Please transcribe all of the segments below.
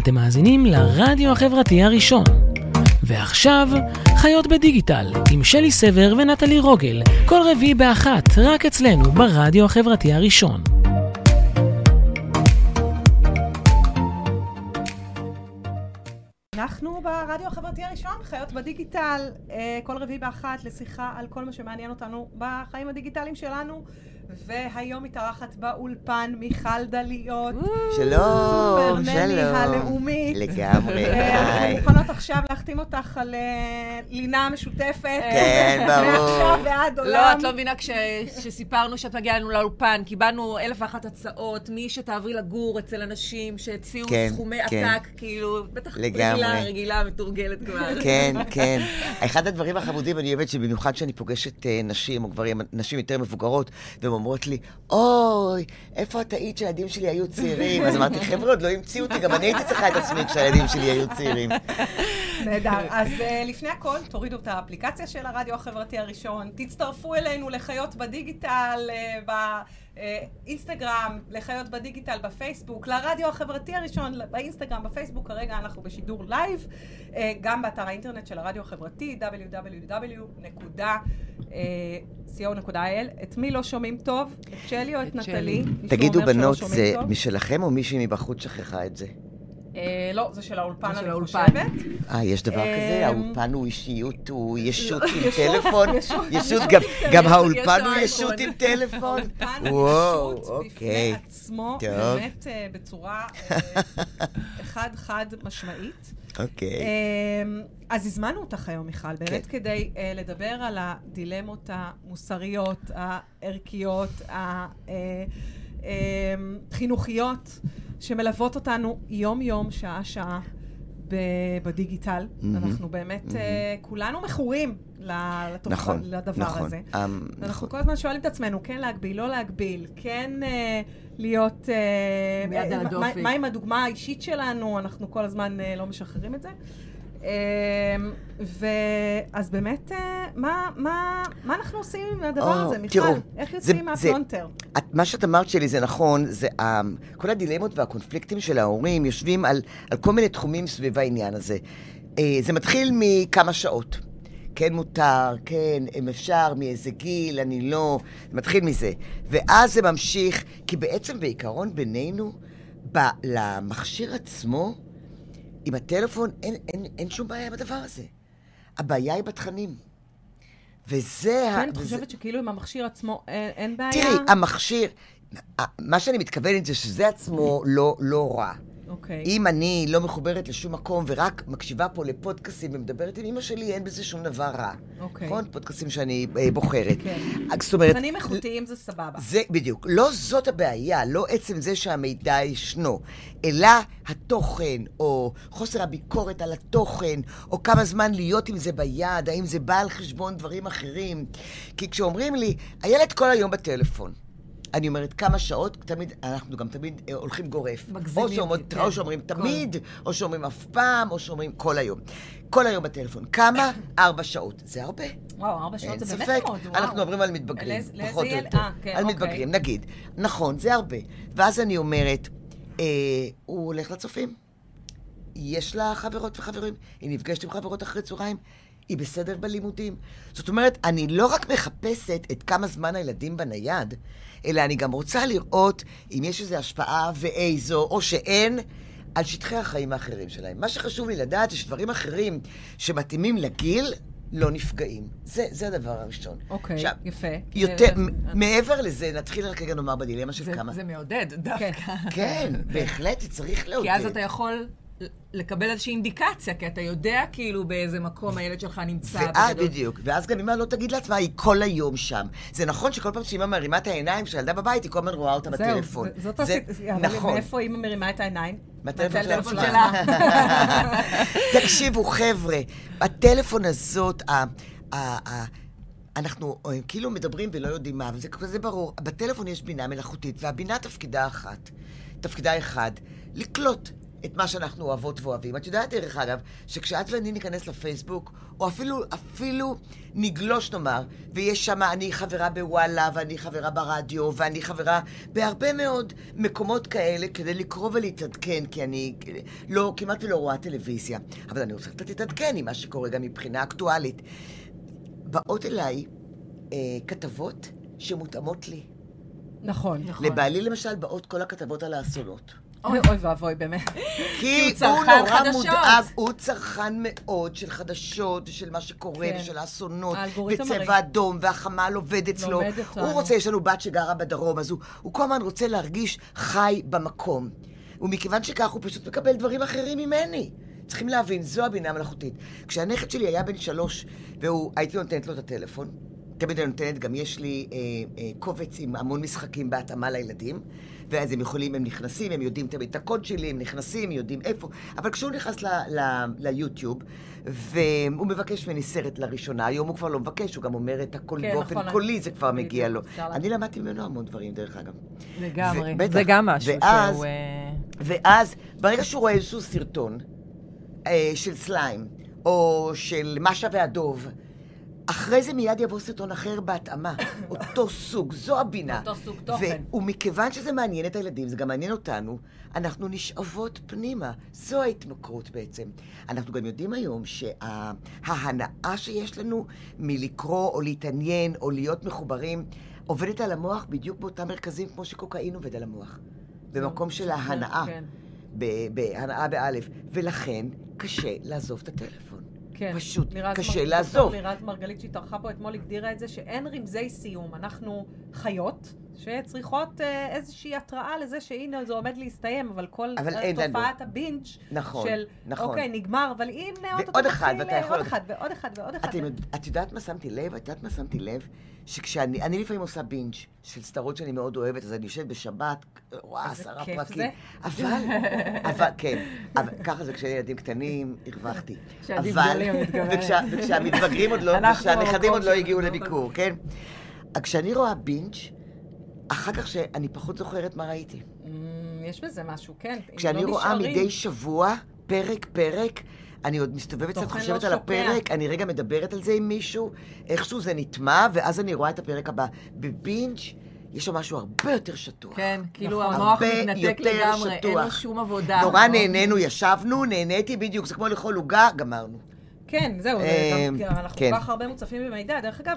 אתם מאזינים לרדיו החברתי הראשון. ועכשיו, חיות בדיגיטל, עם שלי סבר ונטלי רוגל, כל רביעי באחת, רק אצלנו ברדיו החברתי הראשון. אנחנו ברדיו החברתי הראשון, חיות בדיגיטל, כל רביעי באחת לשיחה על כל מה שמעניין אותנו בחיים הדיגיטליים שלנו. והיום מתארחת באולפן מיכל דליות. שלום, סופרנני הלאומית. לגמרי. אנחנו מוכנות עכשיו להחתים אותך על לינה משותפת. כן, ברור. מעכשיו ועד עולם. לא, את לא מבינה כשסיפרנו שאת מגיעה לנו לאולפן, קיבלנו 1,001 הצעות, מי שתעברי לגור אצל אנשים שהציעו סכומי עתק, כאילו, בטח רגילה, מתורגלת כבר. כן, כן. אחד הדברים החמודים, אני אוהבת שבמיוחד שאני פוגשת נשים, או גברים, נשים יותר מבוגרות, והן אומרות לי, אוי, איפה את היית שהילדים שלי היו צעירים? אז אמרתי, חבר'ה, עוד לא המציאו אותי, גם אני הייתי צריכה את עצמי כשהילדים שלי היו צעירים. נהדר. אז לפני הכל, תורידו את האפליקציה של הרדיו החברתי הראשון, תצטרפו אלינו לחיות בדיגיטל, באינסטגרם, לחיות בדיגיטל בפייסבוק, לרדיו החברתי הראשון באינסטגרם, בפייסבוק. כרגע אנחנו בשידור לייב, גם באתר האינטרנט של הרדיו החברתי, www.co.il. את מי לא שומעים טוב? את שלי או את נטלי? תגידו בנות, זה משלכם או מישהי מבחוץ שכחה את זה? לא, זה של האולפן, אני חושבת. יש דבר כזה? האולפן הוא אישיות, הוא ישות עם טלפון? ישות, גם האולפן הוא ישות עם טלפון? האולפן הוא ישות בפני עצמו, באמת בצורה חד משמעית. אוקיי. אז הזמנו אותך היום, מיכל, באמת כדי לדבר על הדילמות המוסריות, הערכיות, החינוכיות, שמלוות אותנו יום-יום, שעה-שעה בדיגיטל. אנחנו באמת, כולנו מכורים לדבר הזה. אנחנו כל הזמן שואלים את עצמנו, כן להגביל, לא להגביל, כן להיות... מה עם הדוגמה האישית שלנו? אנחנו כל הזמן לא משחררים את זה. אז באמת, מה אנחנו עושים עם הדבר הזה, מיכל? איך יוצאים מהפלונטר? מה שאת אמרת שלי זה נכון, זה כל הדילמות והקונפליקטים של ההורים יושבים על כל מיני תחומים סביב העניין הזה. זה מתחיל מכמה שעות. כן מותר, כן, אם אפשר, מאיזה גיל, אני לא, זה מתחיל מזה. ואז זה ממשיך, כי בעצם בעיקרון בינינו, למכשיר עצמו, עם הטלפון אין שום בעיה בדבר הזה. הבעיה היא בתכנים. וזה... כן, את חושבת שכאילו עם המכשיר עצמו אין בעיה? תראי, המכשיר, מה שאני מתכוונת זה שזה עצמו לא רע. אוקיי. אם אני לא מחוברת לשום מקום ורק מקשיבה פה לפודקאסים ומדברת עם אמא שלי, אין בזה שום דבר רע. אוקיי. נכון? פודקאסים שאני בוחרת. כן. זאת אומרת... תכנים איכותיים זה סבבה. זה בדיוק. לא זאת הבעיה, לא עצם זה שהמידע ישנו, אלא התוכן, או חוסר הביקורת על התוכן, או כמה זמן להיות עם זה ביד, האם זה בא על חשבון דברים אחרים. כי כשאומרים לי, הילד כל היום בטלפון, אני אומרת, כמה שעות, אנחנו גם תמיד הולכים גורף. מגזימים. או שאומרים תמיד, או שאומרים אף פעם, או שאומרים כל היום. כל היום בטלפון. כמה? 4 שעות. זה הרבה. וואו, 4 שעות זה באמת מאוד. אנחנו עוברים על מתבגרים, פחות או יותר. כן, על מתבגרים, נגיד. נכון, זה הרבה. ואז אני אומרת, הוא הולך לצופים. יש לה חברות וחברים. היא נפגשת עם חברות אחרי צהריים. היא בסדר בלימודים. זאת אומרת, אני לא רק מחפשת את כמה זמן הילדים בנייד, אלא אני גם רוצה לראות אם יש איזו השפעה ואיזו, או שאין, על שטחי החיים האחרים שלהם. מה שחשוב לי לדעת, יש דברים אחרים שמתאימים לגיל, לא נפגעים. זה הדבר הראשון. אוקיי, יפה. מעבר לזה, נתחיל רק רגע נאמר בדילמה של כמה. זה מעודד, דווקא. כן, בהחלט, צריך לעודד. כי אז אתה יכול... לקבל איזושהי אינדיקציה, כי אתה יודע כאילו באיזה מקום הילד שלך נמצא. בדיוק. ואז גם אמא לא תגיד לעצמה, היא כל היום שם. זה נכון שכל פעם שאמא מרימה את העיניים של ילדה בבית, היא כל הזמן רואה אותה בטלפון. זאת נכון. מאיפה אמא מרימה את העיניים? בטלפון שלה. תקשיבו, חבר'ה, בטלפון הזאת, אנחנו כאילו מדברים ולא יודעים מה, אבל זה כזה ברור. בטלפון יש בינה מלאכותית, והבינה תפקידה אחד, לקלוט את מה שאנחנו אוהבות ואוהבים. את יודעת, דרך אגב, שכשאת ואני ניכנס לפייסבוק, או אפילו נגלוש נאמר, ויש שם, אני חברה בוואלה, ואני חברה ברדיו, ואני חברה בהרבה מאוד מקומות כאלה, כדי לקרוא ולהתעדכן, כי אני כמעט לא רואה טלוויזיה. אבל אני רוצה קצת להתעדכן עם מה שקורה גם מבחינה אקטואלית. באות אליי כתבות שמותאמות לי. נכון. לבעלי למשל באות כל הכתבות על האסונות. אוי ואבוי, באמת. כי הוא נורא מודאג, הוא צרכן מאוד של חדשות, של מה שקורה, ושל האסונות, וצבע אדום, והחמל עובד אצלו. הוא רוצה, יש לנו בת שגרה בדרום, אז הוא כל הזמן רוצה להרגיש חי במקום. ומכיוון שכך הוא פשוט מקבל דברים אחרים ממני. צריכים להבין, זו הבינה המלאכותית. כשהנכד שלי היה בן 3, והייתי נותנת לו את הטלפון, תמיד אני נותנת, גם יש לי קובץ עם המון משחקים בהתאמה לילדים, ואז הם נכנסים, הם יודעים תמיד את הקוד שלי, הם נכנסים, הם יודעים איפה, אבל כשהוא נכנס ליוטיוב, והוא מבקש ממני סרט לראשונה, היום הוא כבר לא מבקש, הוא גם אומר את הכל באופן קולי, זה כבר מגיע לו. אני למדתי ממנו המון דברים, דרך אגב. לגמרי, זה גם משהו שהוא... ואז, ברגע שהוא רואה איזשהו סרטון של סליים, או של משה והדוב, אחרי זה מיד יבוא סרטון אחר בהתאמה, אותו סוג, זו הבינה. אותו סוג תוכן. ומכיוון שזה מעניין את הילדים, זה גם מעניין אותנו, אנחנו נשאבות פנימה. זו ההתמכרות בעצם. אנחנו גם יודעים היום שההנאה שיש לנו מלקרוא או להתעניין או להיות מחוברים, עובדת על המוח בדיוק באותם מרכזים כמו שקוקאין עובד על המוח. במקום של ההנאה. בהנאה באלף. ולכן קשה לעזוב את הטלפון. כן. פשוט קשה לעזוב. לירז מרגלית שהתארחה פה אתמול הגדירה את זה שאין רמזי סיום. אנחנו חיות שצריכות איזושהי התראה לזה שהנה זה עומד להסתיים, אבל כל תופעת הבינץ' של אוקיי, נגמר, אבל אם ועוד אחד, ועוד אחד. את יודעת מה שמתי לב? שכשאני לפעמים עושה בינג' של סדרות שאני מאוד אוהבת, אז אני יושבת בשבת, רואה 10 פרקים. אבל, כן, ככה זה כשילדים קטנים, הרווחתי. וכשהמתבגרים עוד לא, כשהנכדים עוד לא הגיעו לביקור, כן? כשאני רואה בינג' אחר כך שאני פחות זוכרת מה ראיתי. יש בזה משהו, כן. כשאני רואה מדי שבוע, פרק, אני עוד מסתובבת קצת חושבת על הפרק, אני רגע מדברת על זה עם מישהו, איכשהו זה נטמע, ואז אני רואה את הפרק הבא. בבינג' יש שם משהו הרבה יותר שטוח. כן, כאילו המוח מתנתק לגמרי, אין לו שום עבודה. נורא נהנינו, ישבנו, נהניתי בדיוק, זה כמו לאכול עוגה, גמרנו. כן, זהו, אנחנו כל כך הרבה מוצפים במידע. דרך אגב,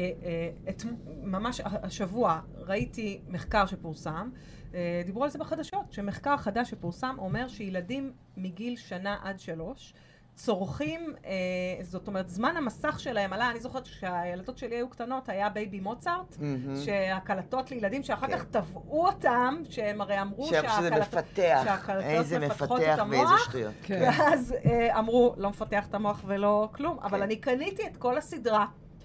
ממש השבוע ראיתי מחקר שפורסם, דיברו על זה בחדשות, שמחקר חדש שפורסם אומר שילדים מגיל 1 עד 3 צורכים, זאת אומרת, זמן המסך שלהם עלה, אני זוכרת שהילדות שלי היו קטנות, היה בייבי מוצרט, שהקלטות לילדים שאחר כך טבעו אותם, שהם הרי אמרו שהקלטות מפתחות את המוח, ואז אמרו, לא מפתח את המוח ולא כלום, אבל אני קניתי את כל הסדרה,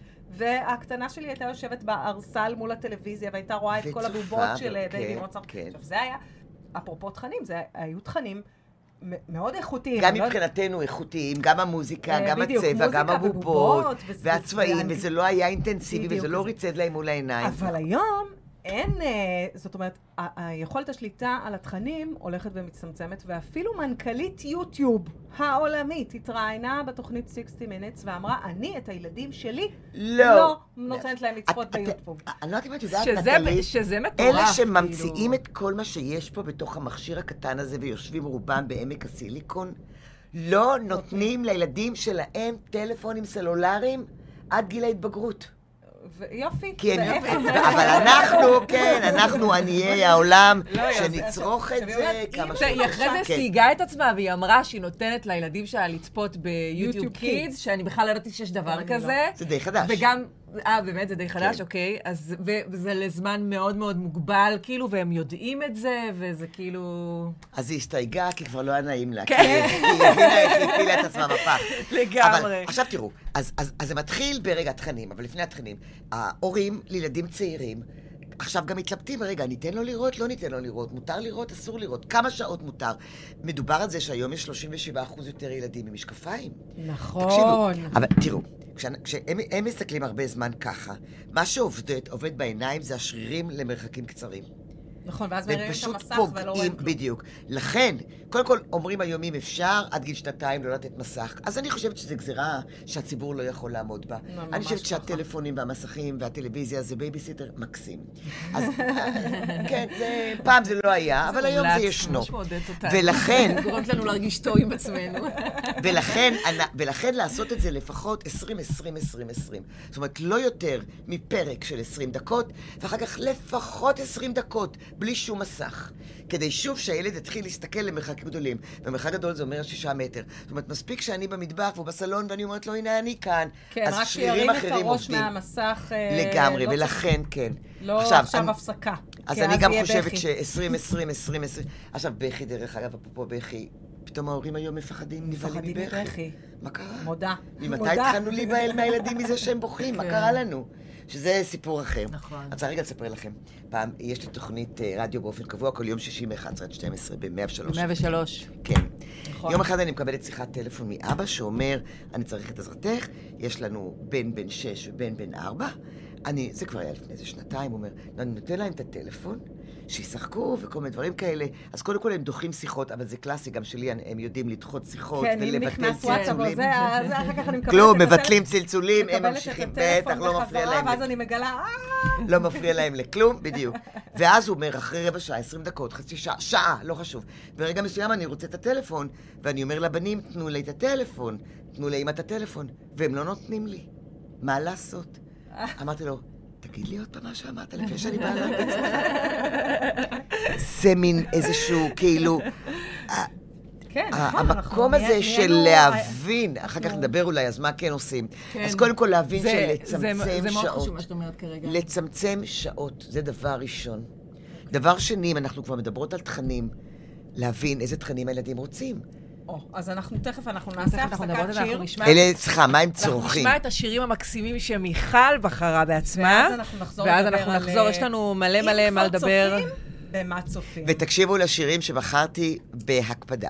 והקטנה שלי הייתה יושבת בארסל מול הטלוויזיה, והייתה רואה את כל הבובות של בייבי מוצרט. עכשיו, זה היה, אפרופו תכנים, זה היו תכנים מאוד איכותיים. גם מבחינתנו איכותיים, גם המוזיקה, גם הצבע, גם הבובות, והצבעים, וזה לא היה אינטנסיבי, וזה לא ריצד להם מול העיניים. אבל היום אין, זאת אומרת, היכולת השליטה על התכנים הולכת ומצטמצמת, ואפילו מנכ"לית יוטיוב העולמית התראיינה בתוכנית 60 Minutes ואמרה, אני את הילדים שלי לא נותנת להם לצפות ביוטיוב. אני לא יודעת אם את יודעת, נטלי, שזה מטורף. אלה שממציאים את כל מה שיש פה בתוך המכשיר הקטן הזה ויושבים רובם בעמק הסיליקון, לא נותנים לילדים שלהם טלפונים סלולריים עד גיל ההתבגרות. יופי. אבל אנחנו, כן, אנחנו עניי העולם, שנצרוך את זה כמה שנים. היא אחרי זה סייגה את עצמה, והיא אמרה שהיא נותנת לילדים שלה לצפות ביוטיוב קידס, שאני בכלל לא ידעתי שיש דבר כזה. זה די חדש. וגם, באמת זה די חדש, אוקיי. וזה לזמן מאוד מאוד מוגבל, כאילו, והם יודעים את זה, וזה כאילו... אז היא הסתייגה, כי כבר לא היה נעים לה. כן. כי היא הבינה איך היא הפילה את עצמה בפח. לגמרי. אבל עכשיו תראו, אז זה מתחיל ברגע תכנים, אבל לפני התכנים, ההורים לילדים צעירים, עכשיו גם מתלבטים, רגע, ניתן לו לראות, לא ניתן לו לראות, מותר לראות, אסור לראות, כמה שעות מותר. מדובר על זה שהיום יש 37% יותר ילדים עם משקפיים. נכון. תקשיבו, אבל תראו, כשהם מסתכלים הרבה זמן ככה, מה שעובד בעיניים זה השרירים למרחקים קצרים. נכון, ואז מראים את המסך ולא רואים כלום. בדיוק. לכן, קודם כל אומרים היום אם אפשר עד גיל 2 לא לתת מסך. אז אני חושבת שזו גזירה שהציבור לא יכול לעמוד בה. אני חושבת שהטלפונים והמסכים והטלוויזיה זה בייביסיטר מקסים. אז כן, פעם זה לא היה, אבל היום זה ישנו. ולכן... גורמת לנו להרגיש טוב עם עצמנו. ולכן לעשות את זה לפחות 20-20-20-20. זאת אומרת, לא יותר מפרק של 20 דקות, ואחר כך לפחות 20 דקות, בלי שום מסך. כדי שוב שהילד יתחיל להסתכל למרחקים גדולים. ומרחק גדול זה אומר 6 מטר. זאת אומרת, מספיק שאני במטבח ובסלון, ואני אומרת לו, הנה אני כאן. כן, רק שירים את הראש מהמסך. לגמרי, ולכן כן. לא עכשיו הפסקה. אז אני גם חושבת ש-20-20-20-20. עכשיו, בכי דרך אגב, אפרופו בכי, פתאום ההורים היום מפחדים, נבהלים מבכי. מה קרה? מודה. ממתי התחלנו להיבהל מהילדים מזה שהם בוכים? מה קרה לנו? שזה סיפור אחר. נכון. אני רוצה רגע לספר לכם. פעם, יש לי תוכנית רדיו באופן קבוע, כל יום שישי מ-11-12 ב-103. 103. כן. יום אחד אני מקבלת שיחת טלפון מאבא שאומר, אני צריך את עזרתך, יש לנו בן 6 ובן 4. זה כבר היה לפני איזה 2, הוא אומר, אני נותן להם את הטלפון, שישחקו וכל מיני דברים כאלה. אז קודם כל הם דוחים שיחות, אבל זה קלאסי, גם שלי הם יודעים לדחות שיחות ולבטל צלצולים. זה אחר כך אני מקבלת כלום, מבטלים צלצולים, הם ממשיכים, בטח, לא מפריע להם. ואז אני מגלה, לא מפריע להם לכלום, בדיוק. ואז הוא אומר, אחרי רבע שעה, 20 דקות, חצי שעה, שעה, לא חשוב. ברגע מסוים אני רוצה את הטלפון, ואני אומר לבנים, תנו לי את הטלפון, תנו לאמא את הטלפון, והם לא נותנים לי. מה לעשות? אמרתי לו, תגיד לי עוד פעם מה שאמרת לפני שאני באה להרביץ לך. זה מין איזשהו, כאילו... כן, המקום הזה של להבין, אחר כך נדבר אולי, אז מה כן עושים? אז קודם כל להבין שלצמצם שעות. זה מאוד חשוב מה שאת אומרת כרגע. לצמצם שעות, זה דבר ראשון. דבר שני, אם אנחנו כבר מדברות על תכנים, להבין איזה תכנים הילדים רוצים. אז תכף אנחנו נעשה הפסקת שיר. סליחה, מה הם צורכים? אנחנו נשמע את השירים המקסימים שמיכל בחרה בעצמה. ואז אנחנו נחזור, יש לנו מלא מה לדבר. אם כבר צופים, במה צופים. ותקשיבו לשירים שבחרתי בהקפדה.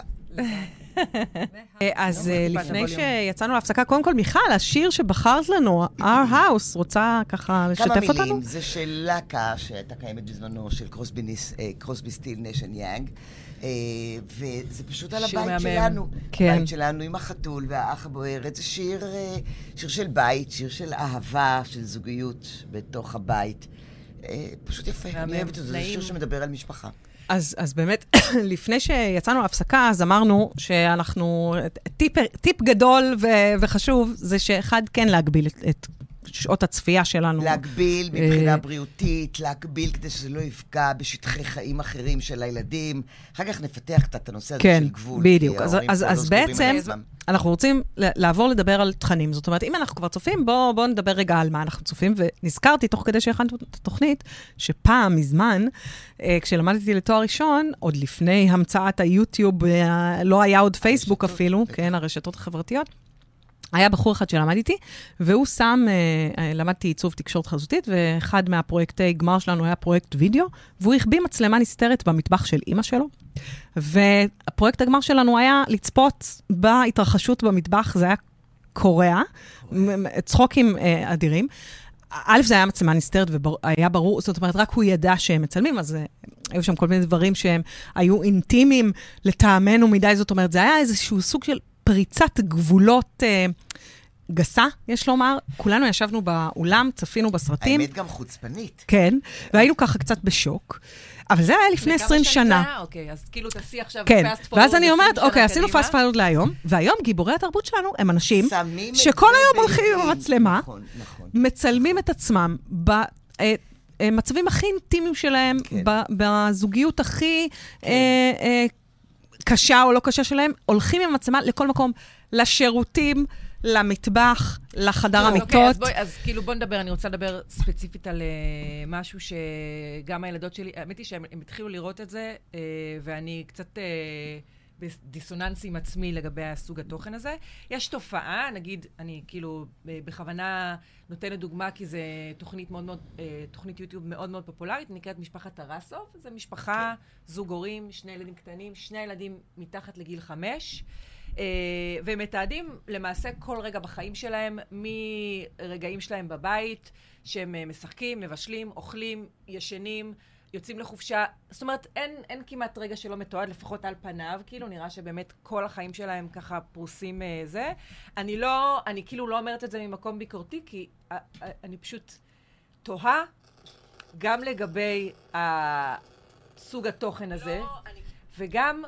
אז לפני שיצאנו להפסקה, קודם כל, מיכל, השיר שבחרת לנו, Our House, רוצה ככה לשתף אותנו? כמה מילים, זה של לקה שהייתה קיימת בזמנו, של קרוסבי סטיל נשן יאנג, וזה פשוט על הבית שלנו. הבית שלנו עם החתול והאח הבוערת. זה שיר של בית, שיר של אהבה, של זוגיות בתוך הבית. פשוט יפה, אני אוהבת את זה, זה שיר שמדבר על משפחה. אז באמת, לפני שיצאנו להפסקה, אז אמרנו שאנחנו, טיפ גדול וחשוב, זה שאחד כן להגביל את שעות הצפייה שלנו. להגביל מבחינה בריאותית, להגביל כדי שזה לא יפגע בשטחי חיים אחרים של הילדים. אחר כך נפתח את הנושא הזה של גבול. כן, בדיוק. אז בעצם אנחנו רוצים לעבור לדבר על תכנים. זאת אומרת, אם אנחנו כבר צופים, בואו נדבר רגע על מה אנחנו צופים. ונזכרתי, תוך כדי שהכנתי את התוכנית, שפעם מזמן, כשלמדתי לתואר ראשון, עוד לפני המצאת היוטיוב, לא היה עוד פייסבוק אפילו, כן, הרשתות החברתיות, היה בחור אחד שלמד איתי, והוא למדתי עיצוב תקשורת חזותית, ואחד מהפרויקטי גמר שלנו היה פרויקט וידאו, והוא החביא מצלמה נסתרת במטבח של אמא שלו, והפרויקט הגמר שלנו היה לצפות בהתרחשות במטבח, זה היה קורע, צחוקים אדירים. א', זה היה מצלמה נסתרת, והיה ברור, זאת אומרת, רק הוא ידע שהם מצלמים, אז היו שם כל מיני דברים שהם היו אינטימיים לטעמנו מדי, זאת אומרת, זה היה איזשהו סוג של פריצת גבולות גסה, יש לומר. כולנו ישבנו באולם, צפינו בסרטים. האמת גם חוצפנית. כן, והיינו ככה קצת בשוק. אבל זה היה לפני 20 שנה. אוקיי, אז כאילו תעשי עכשיו כן, ואז אני אומרת, אוקיי, עשינו פאסט פורוורד להיום, והיום גיבורי התרבות שלנו הם אנשים שכל היום הולכים עם המצלמה, מצלמים את עצמם במצבים הכי אינטימיים שלהם, בזוגיות הכי קשה או לא קשה שלהם, הולכים עם המצלמה לכל מקום, לשירותים, למטבח, לחדר המיטות. אז כאילו בוא נדבר, אני רוצה לדבר ספציפית על משהו שגם הילדות שלי, האמת היא שהם התחילו לראות את זה, ואני קצת בדיסוננס עם עצמי לגבי הסוג התוכן הזה. יש תופעה, נגיד, אני כאילו בכוונה נותנת דוגמה, כי זה תוכנית מאוד מאוד, תוכנית יוטיוב מאוד מאוד פופולרית, נקראת משפחת טרסוב. זה משפחה, זוג הורים, 2 ילדים קטנים, 2 ילדים מתחת לגיל 5, והם מתעדים למעשה כל רגע בחיים שלהם, מרגעים שלהם בבית, שהם משחקים, מבשלים, אוכלים, ישנים, יוצאים לחופשה, זאת אומרת, אין כמעט רגע שלא מתועד, לפחות על פניו, כאילו נראה שבאמת כל החיים שלהם ככה פרוסים זה. אני כאילו לא אומרת את זה ממקום ביקורתי, כי אני פשוט תוהה, גם לגבי סוג התוכן הזה, וגם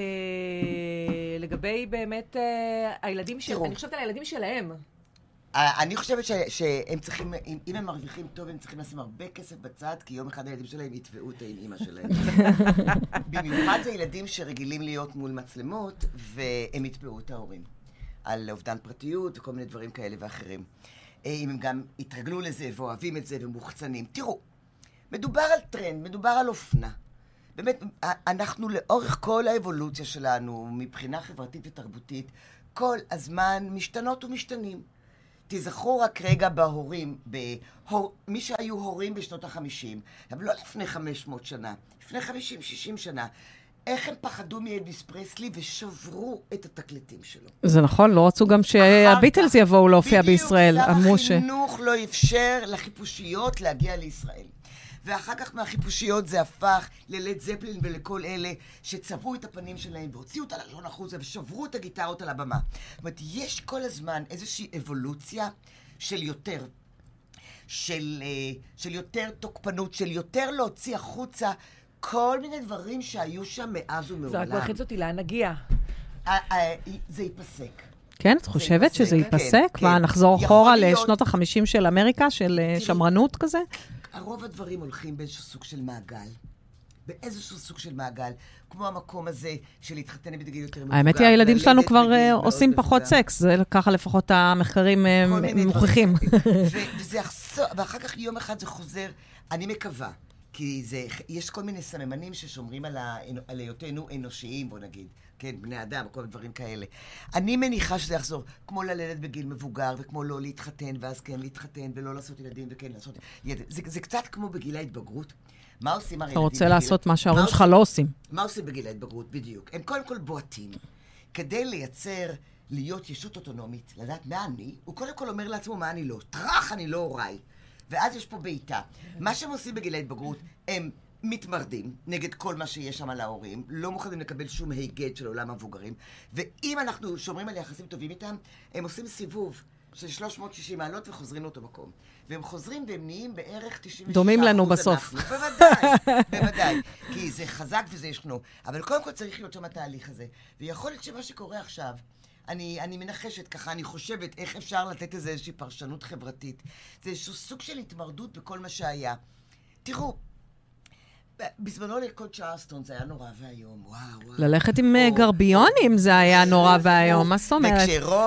לגבי באמת הילדים אני חושבת על הילדים שלהם. אני חושבת שהם צריכים, אם הם מרוויחים טוב, הם צריכים לשים הרבה כסף בצד, כי יום אחד הילדים שלהם יתבעו אותה עם אמא שלהם. במיוחד זה ילדים שרגילים להיות מול מצלמות, והם יתבעו את ההורים. על אובדן פרטיות וכל מיני דברים כאלה ואחרים. אם הם גם התרגלו לזה ואוהבים את זה ומוחצנים. תראו, מדובר על טרנד, מדובר על אופנה. באמת, אנחנו לאורך כל האבולוציה שלנו, מבחינה חברתית ותרבותית, כל הזמן משתנות ומשתנים. תזכרו רק רגע בהורים, מי שהיו הורים בשנות ה-50, אבל לא לפני 500 שנה, לפני 50-60 שנה, איך הם פחדו מאלוויס פרסלי ושברו את התקליטים שלו. זה נכון, לא רצו גם שהביטלס יבואו להופיע בישראל. בדיוק, שר החינוך לא אפשר לחיפושיות להגיע לישראל. ואחר כך מהחיפושיות זה הפך ללד זפלין ולכל אלה שצבעו את הפנים שלהם והוציאו את הלשון החוצה ושברו את הגיטרות על הבמה. זאת אומרת, יש כל הזמן איזושהי אבולוציה של יותר, של יותר תוקפנות, של יותר להוציא החוצה כל מיני דברים שהיו שם מאז ומעולם. זה רק מלחיץ אותי, לאן נגיע? זה ייפסק. כן, את חושבת שזה ייפסק? מה, נחזור אחורה לשנות ה-50 של אמריקה, של שמרנות כזה? הרוב הדברים הולכים באיזשהו סוג של מעגל. באיזשהו סוג של מעגל. כמו המקום הזה של להתחתן בגיל יותר מבוגר. האמת היא, הילדים שלנו כבר עושים פחות סקס. זה ככה לפחות המחקרים מוכיחים. ואחר כך יום אחד זה חוזר, אני מקווה. כי יש כל מיני סממנים ששומרים על היותנו אנושיים, בוא נגיד. כן, בני אדם, כל דברים כאלה. אני מניחה שזה יחזור, כמו ללדת בגיל מבוגר, וכמו לא להתחתן, ואז כן להתחתן, ולא לעשות ילדים, וכן לעשות ילדים. זה קצת כמו בגיל ההתבגרות. מה עושים הילדים? אתה רוצה לעשות מה שההורים שלך לא עושים. מה עושים בגיל ההתבגרות? בדיוק. הם קודם כל בועטים. כדי לייצר, להיות ישות אוטונומית, לדעת מה אני, הוא קודם כל אומר לעצמו מה אני לא. טרח, אני לא הוריי. ואז יש פה בעיטה. מה שהם עושים בגיל ההתבגרות, הם מתמרדים נגד כל מה שיש שם על ההורים, לא מוכנים לקבל שום היגד של עולם המבוגרים, ואם אנחנו שומרים על יחסים טובים איתם, הם עושים סיבוב של 360 מעלות וחוזרים לאותו מקום. והם חוזרים והם נהיים בערך 96%. דומים לנו בסוף. בוודאי, בוודאי. כי זה חזק וזה ישנו. אבל קודם כל צריך להיות שם התהליך הזה. ויכול להיות שמה שקורה עכשיו, אני מנחשת ככה, אני חושבת איך אפשר לתת איזושהי פרשנות חברתית. זה איזשהו סוג של התמרדות בכל מה שהיה. תראו, בזמנו לרקוד צ'רלסטון זה היה נורא והיום, וואו. ללכת עם גרביונים זה היה נורא והיום, מה זאת אומרת?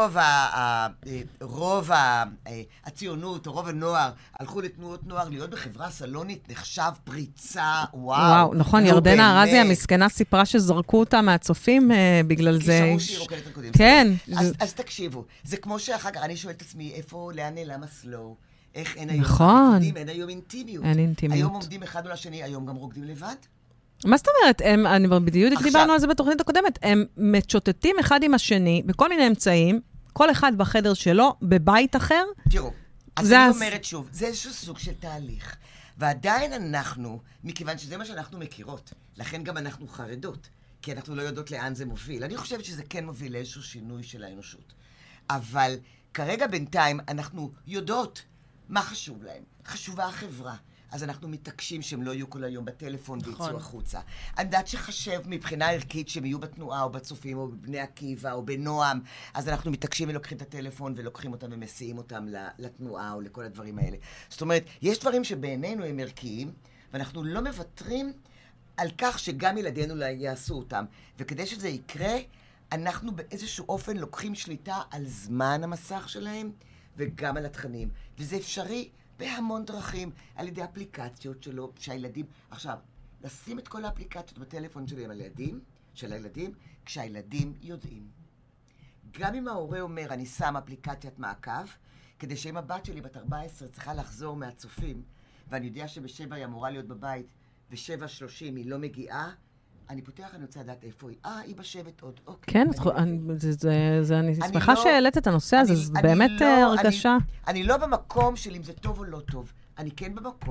וכשרוב הציונות או רוב הנוער הלכו לתנועות נוער, להיות בחברה סלונית נחשב פריצה, וואו. נכון, ירדנה ארזי המסכנה סיפרה שזרקו אותה מהצופים בגלל זה. כי שמעו שהיא רוקדת רקודים. כן. אז תקשיבו, זה כמו שאחר כך, אני שואלת את עצמי, איפה, לאן נעלם הסלואו? איך אין היום נכון. אין היום אינטימיות. אין אינטימיות. היום עומדים אחד או לשני, היום גם רוקדים לבד. מה זאת אומרת? אני בדיוק דיברנו על זה בתוכנית הקודמת. הם מצ'וטטים אחד עם השני, בכל מיני אמצעים, כל אחד בחדר שלו, בבית אחר. תראו, אז אני אומרת שוב, זה איזשהו סוג של תהליך. ועדיין אנחנו, מכיוון שזה מה שאנחנו מכירות, לכן גם אנחנו חרדות, כי אנחנו לא יודעות לאן זה מוביל. אני חושבת שזה כן מוביל לאיזשהו שינוי של האנושות. אבל כרגע בינתיים אנחנו יודעות מה חשוב להם? חשובה החברה. אז אנחנו מתעקשים שהם לא יהיו כל היום בטלפון ויצאו החוצה. אני יודעת שחשב מבחינה ערכית שהם יהיו בתנועה או בצופים או בבני עקיבא או בנועם, אז אנחנו מתעקשים ולוקחים את הטלפון ולוקחים אותם ומסיעים אותם לתנועה או לכל הדברים האלה. זאת אומרת, יש דברים שבעינינו הם ערכיים, ואנחנו לא מוותרים על כך שגם ילדינו לא יעשו אותם. וכדי שזה יקרה, אנחנו באיזשהו אופן לוקחים שליטה על זמן המסך שלהם, וגם על התכנים. וזה אפשרי בהמון דרכים, על ידי אפליקציות שלו, שהילדים... עכשיו, לשים את כל האפליקציות בטלפון שלהם של הילדים, כשהילדים יודעים. גם אם ההורה אומר, אני שם אפליקציית מעקב, כדי שאם הבת שלי בת 14 צריכה לחזור מהצופים, ואני יודע שבשבע היא אמורה להיות בבית, ו7:30 היא לא מגיעה, אני פותח, אני רוצה לדעת איפה היא. היא בשבט עוד, אוקיי. כן, אני שמחה שהעלית את הנושא הזה, זה באמת הרגשה. אני לא במקום של אם זה טוב או לא טוב. אני כן במקום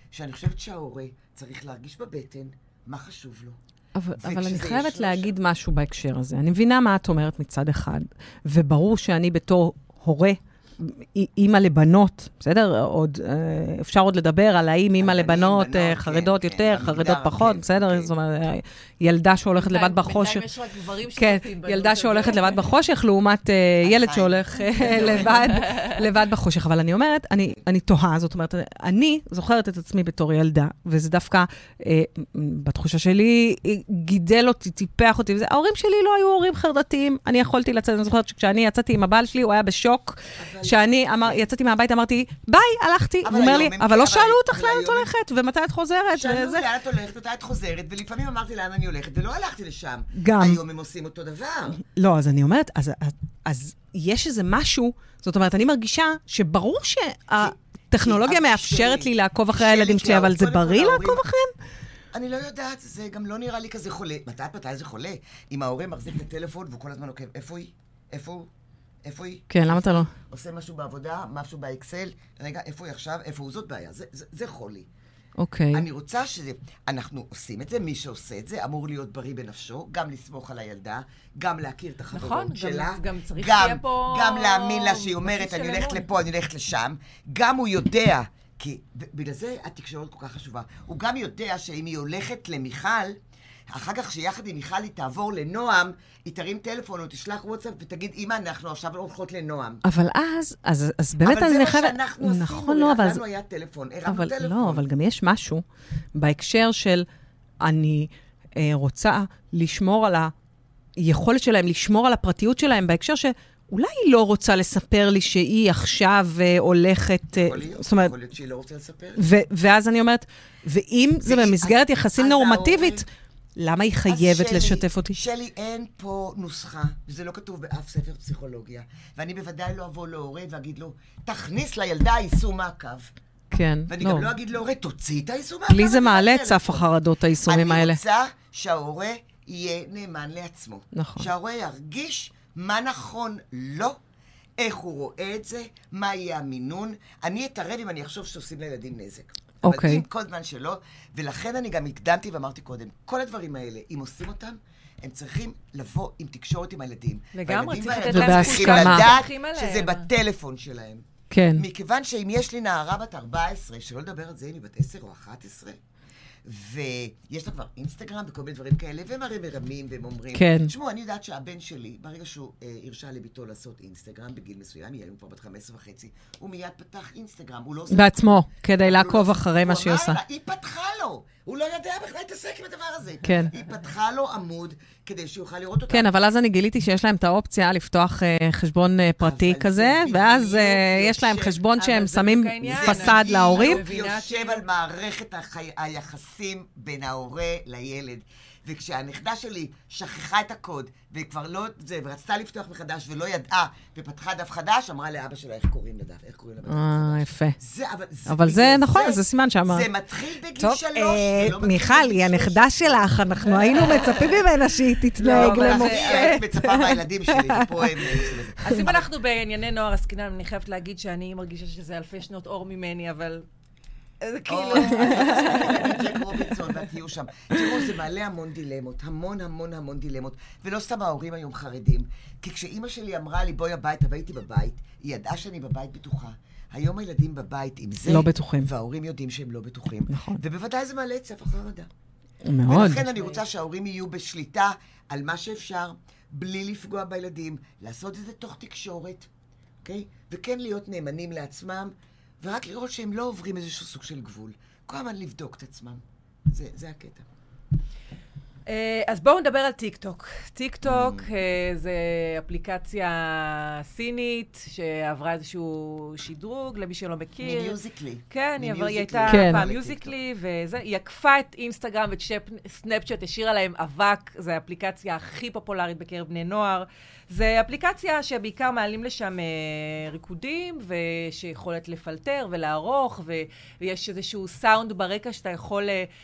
שאני חושבת שההורה צריך להרגיש בבטן מה חשוב לו. אבל אני חייבת להגיד משהו בהקשר הזה. אני מבינה מה את אומרת מצד אחד, וברור שאני בתור הורה, אימא לבנות, בסדר? אפשר עוד לדבר על האם אימא לבנות חרדות יותר, חרדות פחות, בסדר? זאת אומרת, ילדה שהולכת לבד בחושך. בינתיים יש רק גברים כן, ילדה שהולכת לבד בחושך, לעומת ילד שהולך לבד בחושך. אבל אני אומרת, אני תוהה, זאת אומרת, אני זוכרת את עצמי בתור ילדה, וזה דווקא, בתחושה שלי, גידל אותי, טיפח אותי, ההורים שלי לא היו הורים חרדתיים, אני יכולתי לצאת, אני זוכרת שכשאני יצאתי עם הבעל שלי, הוא היה בשוק, שאני יצאתי מהבית, אמרתי, ביי, הלכתי. הוא אומר לי, אבל לא שאלו אותך לאן את הולכת, ומתי את חוזרת. שאלו לאן את הולכת, מתי את חוזרת, ולפעמים אמרתי לאן אני הולכת, ולא הלכתי לשם. גם. היום הם עושים אותו דבר. לא, אז אני אומרת, אז יש איזה משהו, זאת אומרת, אני מרגישה שברור שהטכנולוגיה מאפשרת לי לעקוב אחרי הילדים שלי, אבל זה בריא לעקוב אחריהם? אני לא יודעת, זה גם לא נראה לי כזה חולה. מתי זה חולה? אם ההורה מחזיק את הטלפון, והוא כל הזמן עוקב, איפה היא? איפה היא? כן, למה אתה לא? עושה משהו בעבודה, משהו באקסל, רגע, איפה היא עכשיו? איפה הוא? זאת בעיה, זה חולי. אוקיי. אני רוצה אנחנו עושים את זה, מי שעושה את זה אמור להיות בריא בנפשו, גם לסמוך על הילדה, גם להכיר את החברות שלה, גם צריך שיהיה פה... גם להאמין לה שהיא אומרת, אני הולכת לפה, אני הולכת לשם, גם הוא יודע, כי בגלל זה התקשורת כל כך חשובה, הוא גם יודע שאם היא הולכת למיכל, אחר כך שיחד עם מיכל היא תעבור לנועם, היא תרים טלפון או תשלח וואטסאפ ותגיד, אמא, אנחנו עכשיו הולכות לנועם. אבל אז באמת אני חייבת... אבל זה מה שאנחנו עשינו, לנו היה טלפון, הרמנו טלפון. לא, אבל גם יש משהו בהקשר של אני רוצה לשמור על היכולת שלהם, לשמור על הפרטיות שלהם, בהקשר שאולי היא לא רוצה לספר לי שהיא עכשיו הולכת... יכול להיות שהיא לא רוצה לספר. ואז אני אומרת, ואם זה במסגרת יחסים נורמטיבית, למה היא חייבת לשתף אותי? שלי, אין פה נוסחה, וזה לא כתוב באף ספר פסיכולוגיה, ואני בוודאי לא אבוא להורה ואגיד לו, תכניס לילדה יישום מעקב. כן, ואני גם לא אגיד להורה, תוציא את היישום מעקב. לי זה מעלה את סף החרדות, היישומים האלה. אני רוצה שההורה יהיה נאמן לעצמו. נכון. שההורה ירגיש מה נכון לו, איך הוא רואה את זה, מה יהיה המינון. אני אתערב אם אני אחשוב שעושים לילדים נזק. אבל אם כל זמן שלא, ולכן אני גם הקדמתי ואמרתי קודם, כל הדברים האלה, אם עושים אותם, הם צריכים לבוא עם תקשורת עם הילדים. לגמרי, צריך לתת להם בהסכמה. לדעת שזה בטלפון שלהם. כן. מכיוון שאם יש לי נערה בת 14, שלא לדבר על זה אם היא בת 10 או 11, ויש לה כבר אינסטגרם וכל מיני דברים כאלה, והם הרי מרמים והם אומרים, כן. תשמעו, אני יודעת שהבן שלי, ברגע שהוא הרשה לביתו לעשות אינסטגרם בגיל מסוים, היא היום כבר בת 15.5, הוא מיד פתח אינסטגרם, הוא לא עושה... בעצמו, כדי לעקוב אחרי מה שהיא עושה. היא פתחה לו, הוא לא יודע בכלל להתעסק עם הדבר הזה. כן. היא פתחה לו עמוד כדי שיוכל לראות אותה. כן, אבל אז אני גיליתי שיש להם את האופציה לפתוח חשבון פרטי כזה, ואז יש להם חשבון שהם שמים פסד להורים. זה יושב על מערכת היחסים בין ההורה לילד. וכשהנכדה שלי שכחה את הקוד, וכבר לא זה, ורצתה לפתוח מחדש ולא ידעה, ופתחה דף חדש, אמרה לאבא שלה, איך קוראים לדף? איך קוראים לדף? יפה. אבל זה נכון, זה סימן שאמר. זה מתחיל בגיל 3. טוב, מיכל, היא הנכדה שלך, אנחנו היינו מצפים ממנה שהיא תתנהג למופת. אני מצפה מהילדים שלי, ופה הם... אז אם אנחנו בענייני נוער עסקינן, אני חייבת להגיד שאני מרגישה שזה אלפי שנות אור ממני, אבל... זה כאילו... ג'ק רובינסון, ותהיו שם. תראו, זה מעלה המון דילמות, המון דילמות, ולא סתם ההורים היום חרדים, כי כשאימא שלי אמרה לי, בואי הביתה, והייתי בבית, היא ידעה שאני בבית בטוחה. היום הילדים בבית עם זה, לא בטוחים. וההורים יודעים שהם לא בטוחים. נכון. ובוודאי זה מעלה את סף החרדה. מאוד. ולכן אני רוצה שההורים יהיו בשליטה על מה שאפשר, בלי לפגוע בילדים, לעשות את זה תוך תקשורת, אוקיי? וכן להיות נאמנים לעצמם, ורק לראות שהם לא עוברים איזשהו סוג של גבול. כל הזמן לבדוק את עצמם. זה הקטע. אז בואו נדבר על טיק-טוק. טיק-טוק זה אפליקציה סינית שעברה איזשהו שדרוג, למי שלא מכיר. מיוזיקלי. כן, היא הייתה פעם מיוזיקלי, היא עקפה את אינסטגרם ואת סנאפצ'אט, השאירה להם אבק, זו האפליקציה הכי פופולרית בקרב בני נוער. זה אפליקציה שבעיקר מעלים לשם ריקודים, ושיכולת לפלטר ולערוך, ויש איזשהו סאונד ברקע שאתה יכול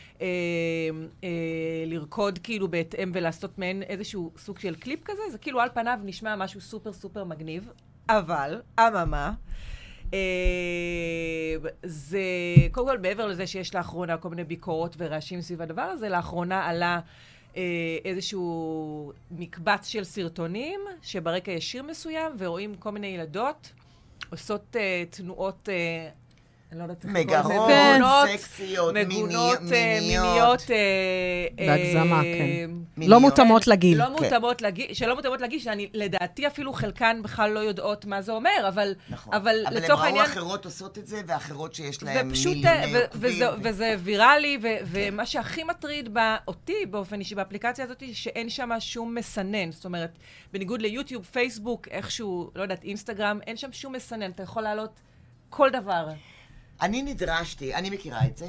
לרקוד כאילו בהתאם ולעשות מעין איזשהו סוג של קליפ כזה. זה כאילו על פניו נשמע משהו סופר סופר מגניב, אבל, אממה, זה, קודם כל, מעבר לזה שיש לאחרונה כל מיני ביקורות ורעשים סביב הדבר הזה, לאחרונה עלה איזשהו מקבץ של סרטונים, שברקע יש שיר מסוים, ורואים כל מיני ילדות עושות תנועות, אני לא יודעת איך מגרות, סקסיות, מיניות. בהגזמה, כן. לא מותאמות לגיל. לא מותאמות לגיל, שלא מותאמות לגיל, שאני לדעתי אפילו חלקן בכלל לא יודעות מה זה אומר, אבל לצורך העניין... אבל הם ראו אחרות עושות את זה, ואחרות שיש להם מיליוני עוקבים. וזה ויראלי, ומה שהכי מטריד אותי באופן אישי באפליקציה הזאת, שאין שם שום מסנן. זאת אומרת, בניגוד ליוטיוב, פייסבוק, איכשהו, לא יודעת, אינסטגרם, אין שם שום מסנן. אתה יכול לעלות כל דבר. אני נדרשתי, אני מכירה את זה.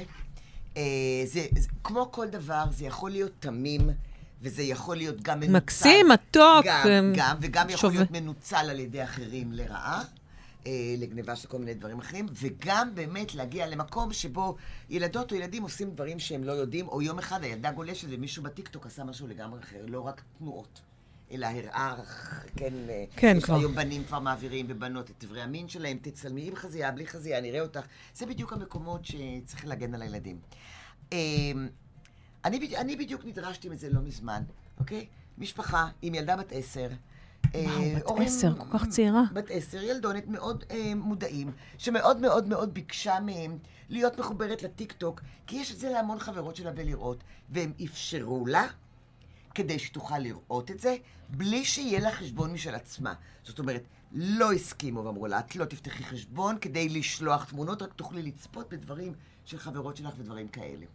כמו כל דבר, זה יכול להיות תמים, וזה יכול להיות גם מנוצל. מקסים, מתוק. וגם יכול להיות מנוצל על ידי אחרים לרעה, לגניבה של כל מיני דברים אחרים, וגם באמת להגיע למקום שבו ילדות או ילדים עושים דברים שהם לא יודעים, או יום אחד הילדה גולשת ומישהו בטיקטוק עשה משהו לגמרי אחר, לא רק תנועות. אלא הראה, כן, כבר. היום בנים כבר מעבירים ובנות את דברי המין שלהם, תצלמי עם חזייה, בלי חזייה, נראה אותך. זה בדיוק המקומות שצריך להגן על הילדים. אני בדיוק נדרשתי מזה לא מזמן, אוקיי? משפחה עם ילדה בת 10. בת 10, כל כך צעירה. בת 10, ילדונת מאוד מודעים, שמאוד מאוד מאוד ביקשה מהם להיות מחוברת לטיק-טוק, כי יש את זה להמון חברות שלה ולראות, והם אפשרו לה, כדי שתוכל לראות את זה, בלי שיהיה לה חשבון משל עצמה. זאת אומרת, לא הסכימו ואמרו לה, את לא תפתחי חשבון כדי לשלוח תמונות, רק תוכלי לצפות בדברים של חברות שלך ודברים כאלה.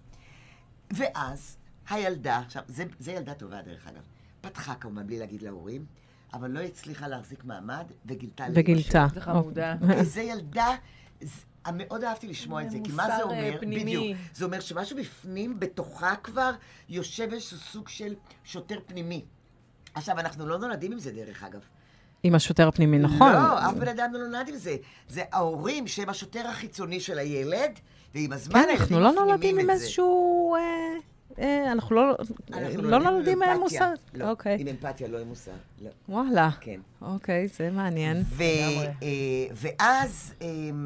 ואז הילדה, עכשיו, זה ילדה טובה דרך אגב, פתחה כמובן בלי להגיד להורים, אבל לא הצליחה להחזיק מעמד וגילתה. זה חמודה. זה ילדה... מאוד אהבתי לשמוע את זה, כי מה זה אומר? בדיוק. זה אומר שמשהו בפנים, בתוכה כבר, יושב איזשהו סוג של שוטר פנימי. עכשיו, אנחנו לא נולדים עם זה דרך אגב. עם השוטר הפנימי, נכון. לא, אף בן אדם לא נולד עם זה. זה ההורים שהם השוטר החיצוני של הילד, ועם הזמן הילדים אנחנו לא נולדים עם איזשהו... אנחנו לא נולדים עם מוסר. לא, עם אמפתיה, לא עם מוסר. וואלה. כן. אוקיי, זה מעניין. ואז...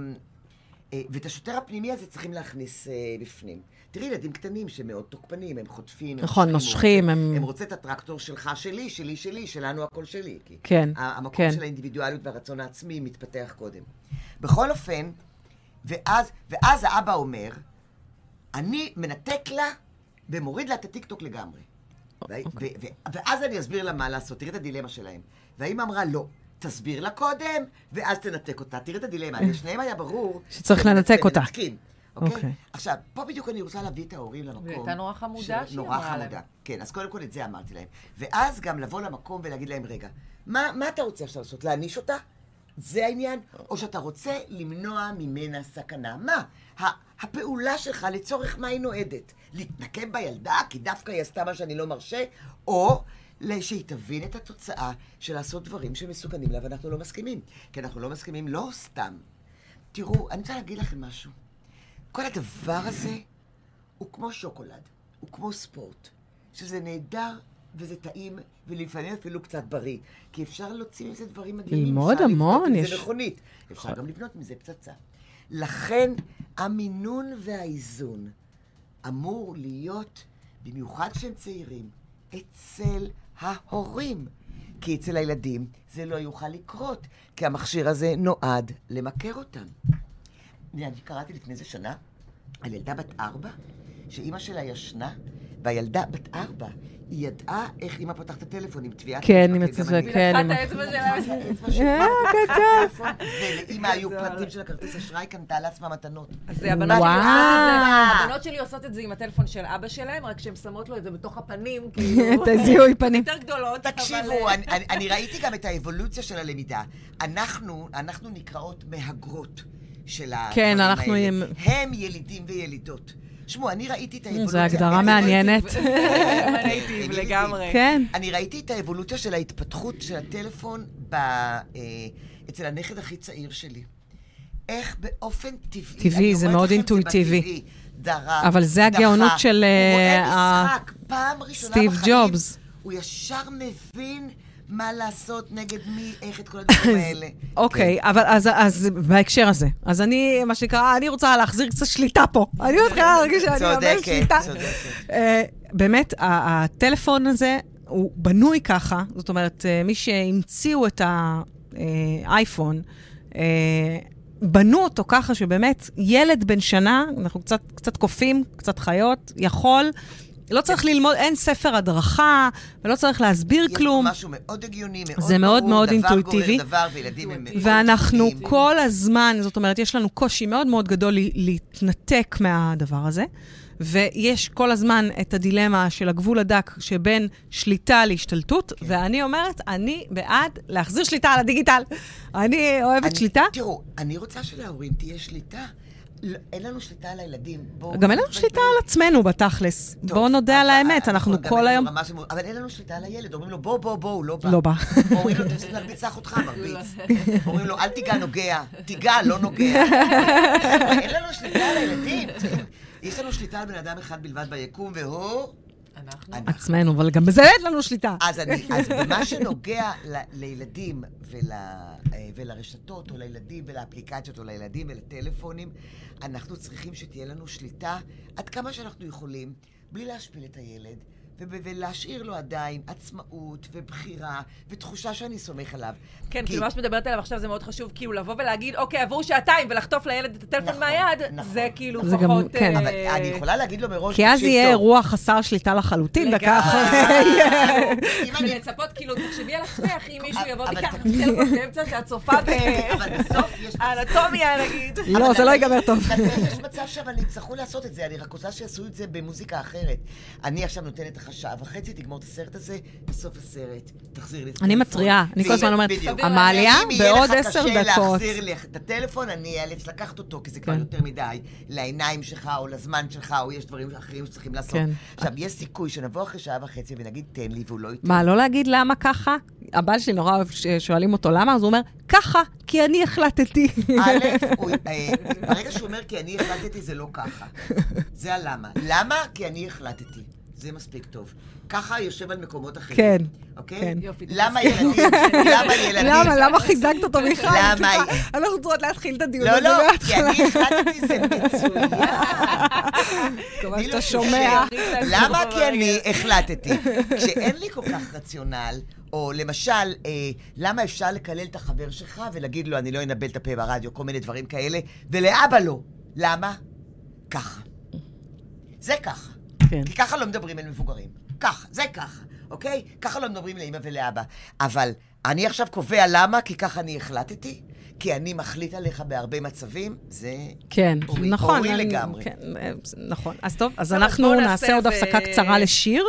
ואת השוטר הפנימי הזה צריכים להכניס בפנים. תראי, ילדים קטנים שמאוד תוקפנים, הם חוטפים, נכון, נושכים, הם רוצים את הטרקטור שלך, שלי, שלנו הכל שלי. כן, המקום של האינדיבידואליות והרצון העצמי מתפתח קודם. בכל אופן, ואז האבא אומר, אני מנתק לה ומוריד לה את הטיקטוק לגמרי. ואז אני אסביר לה מה לעשות, תראי את הדילמה שלהם. והאמא אמרה, לא. תסביר לה קודם, ואז תנתק אותה. תראי את הדילמה. לשניהם היה ברור... שצריך לנתק אותה. אוקיי? עכשיו, פה בדיוק אני רוצה להביא את ההורים למקום... והייתה נורא חמודה שהיא אמרה להם. כן, אז קודם כל את זה אמרתי להם. ואז גם לבוא למקום ולהגיד להם, רגע, מה אתה רוצה עכשיו לעשות? להעניש אותה? זה העניין? או שאתה רוצה למנוע ממנה סכנה? מה? הפעולה שלך לצורך מה היא נועדת? להתנקם בילדה, כי דווקא היא עשתה מה שאני לא מרשה, או... שהיא תבין את התוצאה של לעשות דברים שמסוכנים לה, ואנחנו לא מסכימים. כי אנחנו לא מסכימים לא סתם. תראו, אני רוצה להגיד לכם משהו. כל הדבר הזה הוא כמו שוקולד, הוא כמו ספורט, שזה נהדר וזה טעים, ולפעמים אפילו קצת בריא. כי אפשר להוציא מזה דברים מדהימים. ללמוד המון. אפשר לבנות מזה מכונית. אפשר גם לבנות מזה פצצה. לכן, המינון והאיזון אמור להיות, במיוחד כשהם צעירים, אצל ההורים. כי אצל הילדים זה לא יוכל לקרות, כי המכשיר הזה נועד למכר אותם. אני קראתי לפני זה שנה על ילדה בת 4, שאימא שלה ישנה, והילדה בת 4, היא ידעה איך אימא פתחת את הטלפון עם טביעת... כן, עם הצבע, כן. לקחת האצבע שלה. ולאימא היו פרטים של הכרטיס אשראי, קנתה לעצמה מתנות. אז הבנות שלי עושות את זה עם הטלפון של אבא שלהם, רק שהן שמות לו את זה בתוך הפנים, את הזיהוי פנים. יותר גדולות. תקשיבו, אני ראיתי גם את האבולוציה של הלמידה. אנחנו נקראות מהגרות של הדברים האלה. הם ילידים וילידות. שמעו, אני ראיתי את האבולוציה... זו הגדרה מעניינת. מנייטיב לגמרי. כן. אני ראיתי את האבולוציה של ההתפתחות של הטלפון אצל הנכד הכי צעיר שלי. איך באופן טבעי... טבעי, זה מאוד אינטואיטיבי. דרך, אבל זה הגאונות של... הוא רואה משחק, פעם ראשונה בחיים. סטיב ג'ובס. הוא ישר מבין מה לעשות, נגד מי, איך את כל הדברים האלה. אוקיי, אבל אז בהקשר הזה, אז אני, מה שנקרא, אני רוצה להחזיר קצת שליטה פה. אני רוצה להרגיש שאני אומר שליטה. צודקת. באמת, הטלפון הזה הוא בנוי ככה, זאת אומרת, מי שהמציאו את האייפון, בנו אותו ככה שבאמת ילד בן שנה, אנחנו קצת קופים, קצת חיות, יכול, לא צריך ללמוד, אין ספר הדרכה, ולא צריך להסביר כלום. יש משהו מאוד הגיוני, מאוד זה מאוד מאוד אינטואיטיבי. דבר גורר דבר, וילדים הם מאוד ואנחנו כל הזמן, זאת אומרת, יש לנו קושי מאוד מאוד גדול להתנתק מהדבר הזה, ויש כל הזמן את הדילמה של הגבול הדק שבין שליטה להשתלטות, ואני אומרת, אני בעד להחזיר שליטה על הדיגיטל. אני אוהבת שליטה. תראו, אני רוצה שלהורים תהיה שליטה. אין לנו שליטה על הילדים. גם אין לנו שליטה על עצמנו בתכלס. בואו נודה על האמת, אנחנו כל היום... אבל אין לנו שליטה על הילד. אומרים לו, בוא, הוא לא בא. לא בא. אומרים לו, תפסיק להרביץ אחותך, מרביץ. אומרים לו, אל תיגע נוגע. תיגע, לא נוגע. אין לנו שליטה על הילדים. יש לנו שליטה על בן אדם אחד בלבד ביקום, והוא... עצמנו, אבל גם בזה אין לנו שליטה. אז במה שנוגע לילדים ולרשתות, או לילדים ולאפליקציות, או לילדים ולטלפונים, אנחנו צריכים שתהיה לנו שליטה עד כמה שאנחנו יכולים, בלי להשפיל את הילד, ולהשאיר לו עדיין עצמאות ובחירה ותחושה שאני סומך עליו. כן, כאילו מה שמדברת עליו עכשיו זה מאוד חשוב, כאילו לבוא ולהגיד, אוקיי, עבור שעתיים ולחטוף לילד את הטלפון מהיד, זה כאילו פחות... אבל אני יכולה להגיד לו מראש... כי אז יהיה אירוע חסר שליטה לחלוטין, וככה... ולצפות, כאילו, תחשבי על עצמך, אם מישהו יבוא ויקח את הטלפון באמצע שאת צופה באנטומיה, נגיד. לא, זה לא ייגמר טוב. יש מצב אבל יצטרכו לעשות את זה, אני רק רוצה שיעשו את זה במוזיקה אחרת. אני עכשיו נותנת לך שעה וחצי, תגמור את הסרט הזה, בסוף הסרט, תחזיר לי את הטלפון. אני מטריעה, אני כל הזמן אומרת, המעליה בעוד 10 דקות. אם יהיה לך קשה להחזיר לי את הטלפון, אני אאלץ לקחת אותו, כי זה כבר יותר מדי, לעיניים שלך או לזמן שלך, או יש דברים אחרים שצריכים לעשות. עכשיו, יש סיכוי שנבוא אחרי שעה וחצי ונגיד, תן לי, והוא לא ייתן. מה, לא להגיד למה ככה? הבעל שלי נורא אוהב שואלים אותו למה, אז הוא אומר, ככה, כי אני החלטתי. ברגע שהוא אומר, כי אני החלטתי, זה לא ככה. זה הלמה. למה? כי אני החלטתי. זה מספיק טוב. ככה יושב על מקומות אחרים. כן. אוקיי? למה ילדים? למה חיזקת אותו בכלל? אנחנו צריכות להתחיל את הדיון הזה מההתחלה. כי אני החלטתי, זה מצוין. כלומר שאתה שומע. למה? כי אני החלטתי. כשאין לי כל כך רציונל, או למשל, למה אפשר לקלל את החבר שלך ולהגיד לו, אני לא אנבל את הפה ברדיו, כל מיני דברים כאלה, ולאבא לא. למה? ככה. זה ככה. כי ככה לא מדברים אל מבוגרים. ככה, זה ככה, אוקיי? ככה לא מדברים לאמא ולאבא. אבל אני עכשיו קובע למה, כי ככה אני החלטתי, כי אני מחליט עליך בהרבה מצבים, זה אורי לגמרי. נכון. אז טוב, אז אנחנו נעשה עוד הפסקה קצרה לשיר,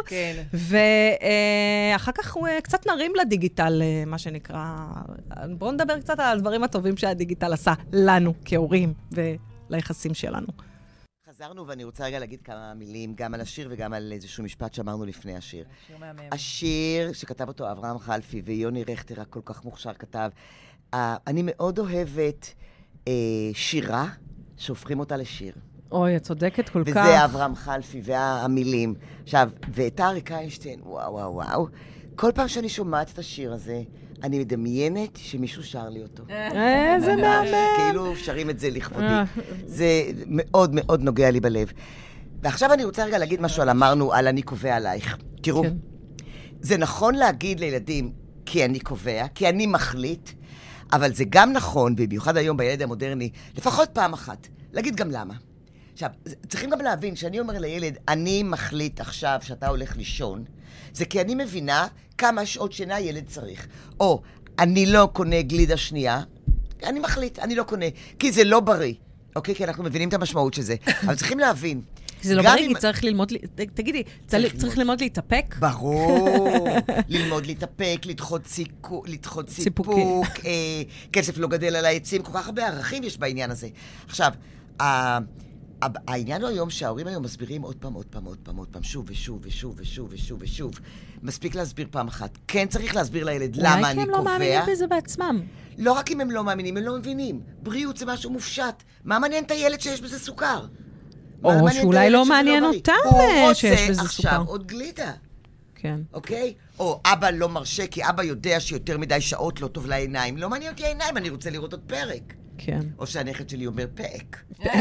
ואחר כך קצת נרים לדיגיטל, מה שנקרא. בואו נדבר קצת על הדברים הטובים שהדיגיטל עשה לנו כהורים וליחסים שלנו. חזרנו, ואני רוצה רגע להגיד כמה מילים, גם על השיר וגם על איזשהו משפט שאמרנו לפני השיר. השיר שכתב אותו אברהם חלפי ויוני רכטר, כל כך מוכשר כתב. אני מאוד אוהבת שירה שהופכים אותה לשיר. אוי, את צודקת כל כך. וזה אברהם חלפי והמילים. עכשיו, ואת אריק איינשטיין, וואו. כל פעם שאני שומעת את השיר הזה, אני מדמיינת שמישהו שר לי אותו. איזה מהמם. כאילו שרים את זה לכבודי. זה מאוד מאוד נוגע לי בלב. ועכשיו אני רוצה רגע להגיד משהו אמרנו על אני קובע עלייך. תראו, זה נכון להגיד לילדים כי אני קובע, כי אני מחליט, אבל זה גם נכון, ובמיוחד היום בילד המודרני, לפחות פעם אחת, להגיד גם למה. עכשיו, צריכים גם להבין שאני אומר לילד, אני מחליט עכשיו שאתה הולך לישון, זה כי אני מבינה כמה שעות שינה ילד צריך. או, אני לא קונה גלידה שנייה, אני מחליט, אני לא קונה, כי זה לא בריא. אוקיי? כי אנחנו מבינים את המשמעות של זה. אבל צריכים להבין. זה לא בריא, כי צריך ללמוד, תגידי, צריך ללמוד להתאפק? ברור. ללמוד להתאפק, לדחות סיפוק, כסף לא גדל על העצים, כל כך הרבה ערכים יש בעניין הזה. עכשיו, העניין הוא היום שההורים היום מסבירים עוד פעם, שוב ושוב. מספיק להסביר פעם אחת. כן צריך להסביר לילד למה אני קובע. אולי כי הם לא מאמינים בזה בעצמם. לא רק אם הם לא מאמינים, הם לא מבינים. בריאות זה משהו מופשט. מה מעניין את הילד שיש בזה סוכר? או שאולי לא מעניין אותם שיש בזה סוכר. עכשיו עוד גלידה. כן. אוקיי? או אבא לא מרשה, כי אבא יודע שיותר מדי שעות לא טוב לעיניים. לא מעניין אותי העיניים, אני רוצה לראות עוד פרק. כן. או שהנכד שלי אומר פרק.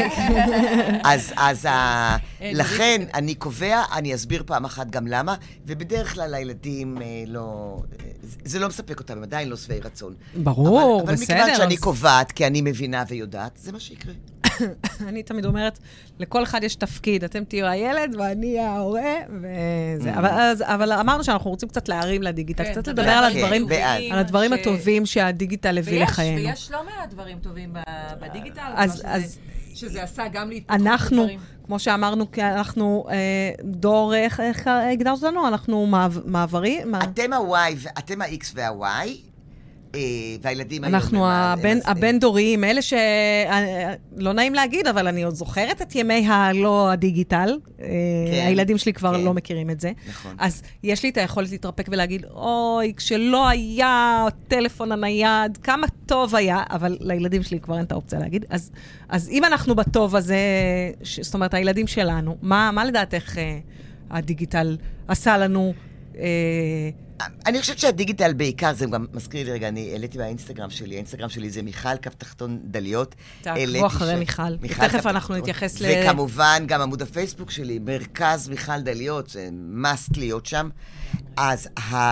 אז לכן אני קובע, אני אסביר פעם אחת גם למה, ובדרך כלל הילדים לא... זה לא מספק אותם, הם עדיין לא שבעי רצון. ברור, אבל בסדר. אבל מכיוון שאני קובעת, כי אני מבינה ויודעת, זה מה שיקרה. אני תמיד אומרת, לכל אחד יש תפקיד, אתם תהיו הילד ואני ההורה, וזה. אבל אמרנו שאנחנו רוצים קצת להרים לדיגיטל, קצת לדבר על הדברים הטובים שהדיגיטל הביא לחיינו. ויש לא מעט דברים טובים בדיגיטל, שזה עשה גם להתפתחות דברים. כמו שאמרנו, אנחנו דור, איך הגדרת לנו? אנחנו מעברים? אתם ה-X וה-Y, והילדים אנחנו הבין-דוריים, אלה שלא נעים להגיד, אבל אני עוד זוכרת את ימי הלא הדיגיטל. הילדים שלי כבר לא מכירים את זה. אז יש לי את היכולת להתרפק ולהגיד, אוי, כשלא היה טלפון הנייד, כמה טוב היה, אבל לילדים שלי כבר אין את האופציה להגיד. אז אם אנחנו בטוב הזה, זאת אומרת, הילדים שלנו, מה לדעתך הדיגיטל עשה לנו... אני חושבת שהדיגיטל בעיקר, זה גם מזכיר לי רגע, אני העליתי באינסטגרם שלי, האינסטגרם שלי זה מיכל, כף תחתון דליות. תעקבו אחרי מיכל. תכף אנחנו נתייחס וכמובן גם עמוד הפייסבוק שלי, מרכז מיכל דליות, זה must להיות שם. אז